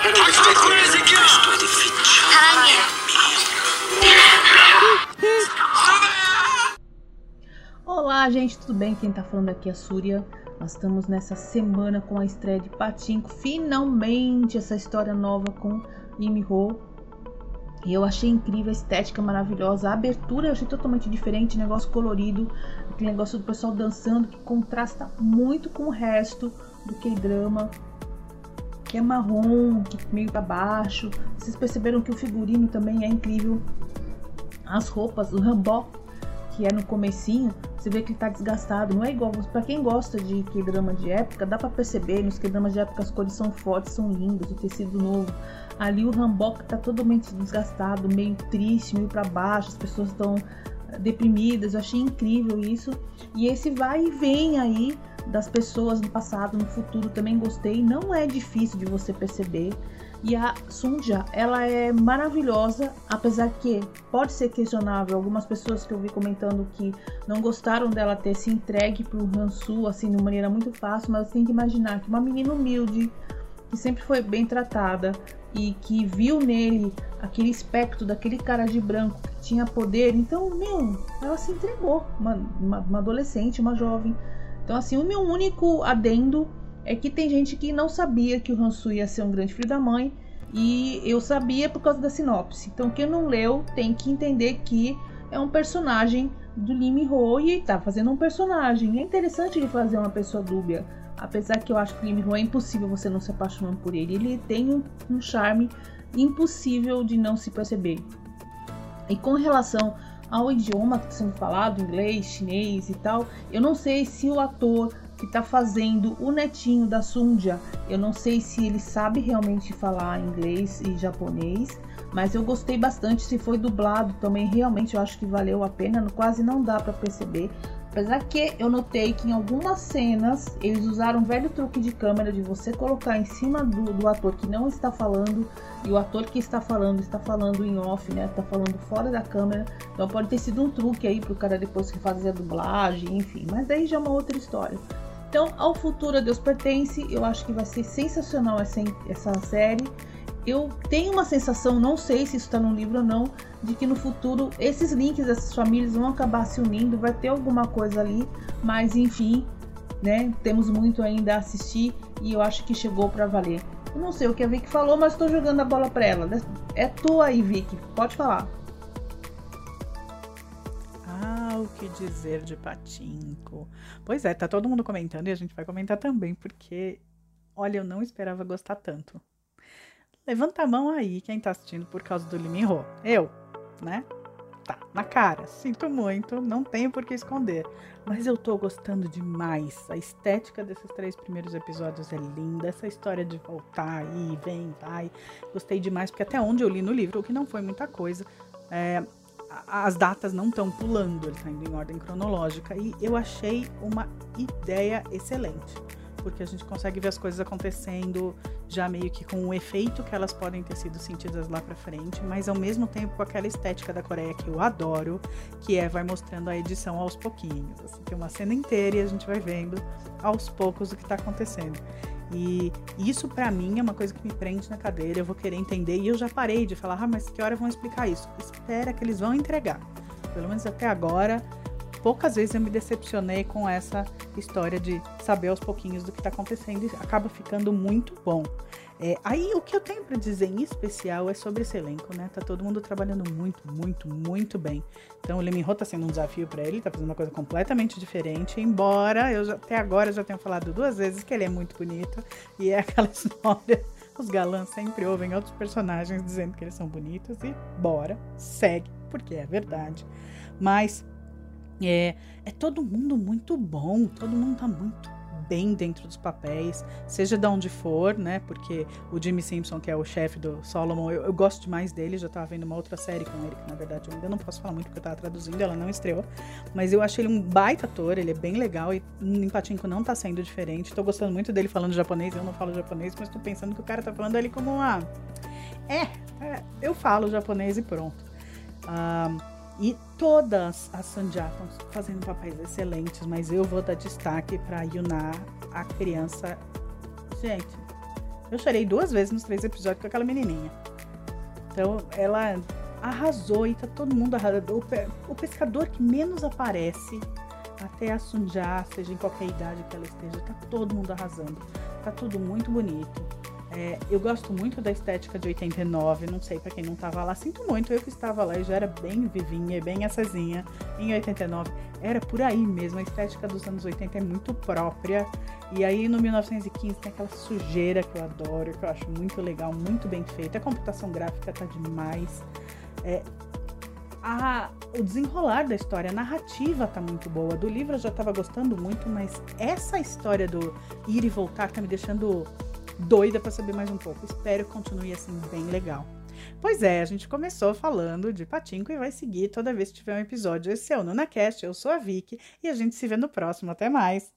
Olá, gente, tudo bem? Quem tá falando aqui é a Súria. Nós estamos nessa semana com a estreia de Pachinko. Finalmente, essa história nova com Lee Min-ho. E eu achei incrível, a estética maravilhosa. A abertura eu achei totalmente diferente, negócio colorido, aquele negócio do pessoal dançando que contrasta muito com o resto do K-drama, que é marrom, que meio pra baixo. Vocês perceberam que o figurino também é incrível. As roupas, o hanbok, que é no comecinho, você vê que ele tá desgastado, não é igual, pra quem gosta de K-drama de época, dá pra perceber, nos K-dramas de época as cores são fortes, são lindas, o tecido novo. Ali o hanbok tá totalmente desgastado, meio triste, meio pra baixo, as pessoas estão deprimidas, eu achei incrível isso. E esse vai e vem aí das pessoas no passado, no futuro, também gostei, não é difícil de você perceber. E a Sunja, ela é maravilhosa, apesar que pode ser questionável. Algumas pessoas que eu vi comentando que não gostaram dela ter se entregue pro Hansu, assim, de maneira muito fácil, mas você tem que imaginar que uma menina humilde, que sempre foi bem tratada e que viu nele aquele espectro daquele cara de branco que tinha poder, então, ela se entregou, uma adolescente, uma jovem. Então, assim, o meu único adendo é que tem gente que não sabia que o Hansu ia ser um grande filho da mãe, e eu sabia por causa da sinopse. Então quem não leu tem que entender que é um personagem do Lee Min-ho e tá fazendo um personagem. É interessante ele fazer uma pessoa dúbia, apesar que eu acho que o Lee Min-ho é impossível você não se apaixonar por ele. Ele tem um charme impossível de não se perceber. E com relação ao idioma que está sendo falado, inglês, chinês e tal, eu não sei se o ator que tá fazendo o netinho da Sunja, eu não sei se ele sabe realmente falar inglês e japonês, mas eu gostei bastante. Se foi dublado também, realmente eu acho que valeu a pena, quase não dá para perceber. Apesar que eu notei que em algumas cenas eles usaram um velho truque de câmera de você colocar em cima do ator que não está falando, e o ator que está falando em off, né? Tá falando fora da câmera. Então pode ter sido um truque aí pro cara depois que fazer a dublagem, enfim. Mas daí já é uma outra história. Então, ao futuro a Deus pertence, eu acho que vai ser sensacional essa série. Eu tenho uma sensação, não sei se isso está no livro ou não, de que no futuro esses links dessas famílias vão acabar se unindo, vai ter alguma coisa ali, mas enfim, né? Temos muito ainda a assistir e eu acho que chegou para valer. Eu não sei o que a Vicky falou, mas estou jogando a bola para ela. É tua aí, Vicky, pode falar. O que dizer de Pachinko? Pois é, tá todo mundo comentando e a gente vai comentar também, porque, olha, eu não esperava gostar tanto. Levanta a mão aí quem tá assistindo por causa do Lee Min-ho. Eu, né? Tá, na cara, sinto muito, não tenho por que esconder. Mas eu tô gostando demais. A estética desses 3 primeiros episódios é linda. Essa história de voltar aí, vem, vai. Gostei demais, porque até onde eu li no livro, o que não foi muita coisa, as datas não estão pulando, ele está indo em ordem cronológica, e eu achei uma ideia excelente, porque a gente consegue ver as coisas acontecendo já meio que com o efeito que elas podem ter sido sentidas lá pra frente, mas ao mesmo tempo com aquela estética da Coreia que eu adoro, que vai mostrando a edição aos pouquinhos, assim, tem uma cena inteira e a gente vai vendo aos poucos o que está acontecendo. E isso pra mim é uma coisa que me prende na cadeira, eu vou querer entender, e eu já parei de falar, mas que hora vão explicar isso? Espera que eles vão entregar. Pelo menos até agora, poucas vezes eu me decepcionei com essa história de saber aos pouquinhos do que tá acontecendo, e acaba ficando muito bom. Aí o que eu tenho pra dizer em especial é sobre esse elenco, né? Tá todo mundo trabalhando muito, muito, muito bem. Então o Lee Min-ho tá sendo um desafio pra ele, tá fazendo uma coisa completamente diferente, embora até agora já tenha falado 2 vezes que ele é muito bonito, e é aquela história, os galãs sempre ouvem outros personagens dizendo que eles são bonitos, e bora, segue, porque é verdade. Mas é todo mundo muito bom, todo mundo tá muito bem dentro dos papéis, seja de onde for, né, porque o Jimmy Simpson, que é o chefe do Solomon, eu gosto demais dele, já tava vendo uma outra série com ele, que na verdade eu ainda não posso falar muito porque eu tava traduzindo, ela não estreou, mas eu achei ele um baita ator, ele é bem legal, e em Pachinko não tá sendo diferente, tô gostando muito dele falando japonês, eu não falo japonês, mas tô pensando que o cara tá falando ali como uma... eu falo japonês e pronto. E todas as Sunja estão fazendo papéis excelentes, mas eu vou dar destaque para Yuna, a criança. Gente, Eu chorei 2 vezes nos 3 episódios com aquela menininha. Então, ela arrasou e tá todo mundo arrasando. O pescador que menos aparece, até a Sunja, seja em qualquer idade que ela esteja, tá todo mundo arrasando. Tá tudo muito bonito. Eu gosto muito da estética de 89, não sei pra quem não tava lá, sinto muito, eu que estava lá e já era bem vivinha, bem assazinha em 89, era por aí mesmo, a estética dos anos 80 é muito própria, e aí no 1915 tem aquela sujeira que eu adoro, que eu acho muito legal, muito bem feita, a computação gráfica tá demais, o desenrolar da história, a narrativa tá muito boa, do livro eu já tava gostando muito, mas essa história do ir e voltar tá me deixando doida para saber mais um pouco. Espero que continue assim bem legal. Pois é, a gente começou falando de Pachinko e vai seguir toda vez que tiver um episódio. Esse é o NunaCast, eu sou a Vicky e a gente se vê no próximo. Até mais!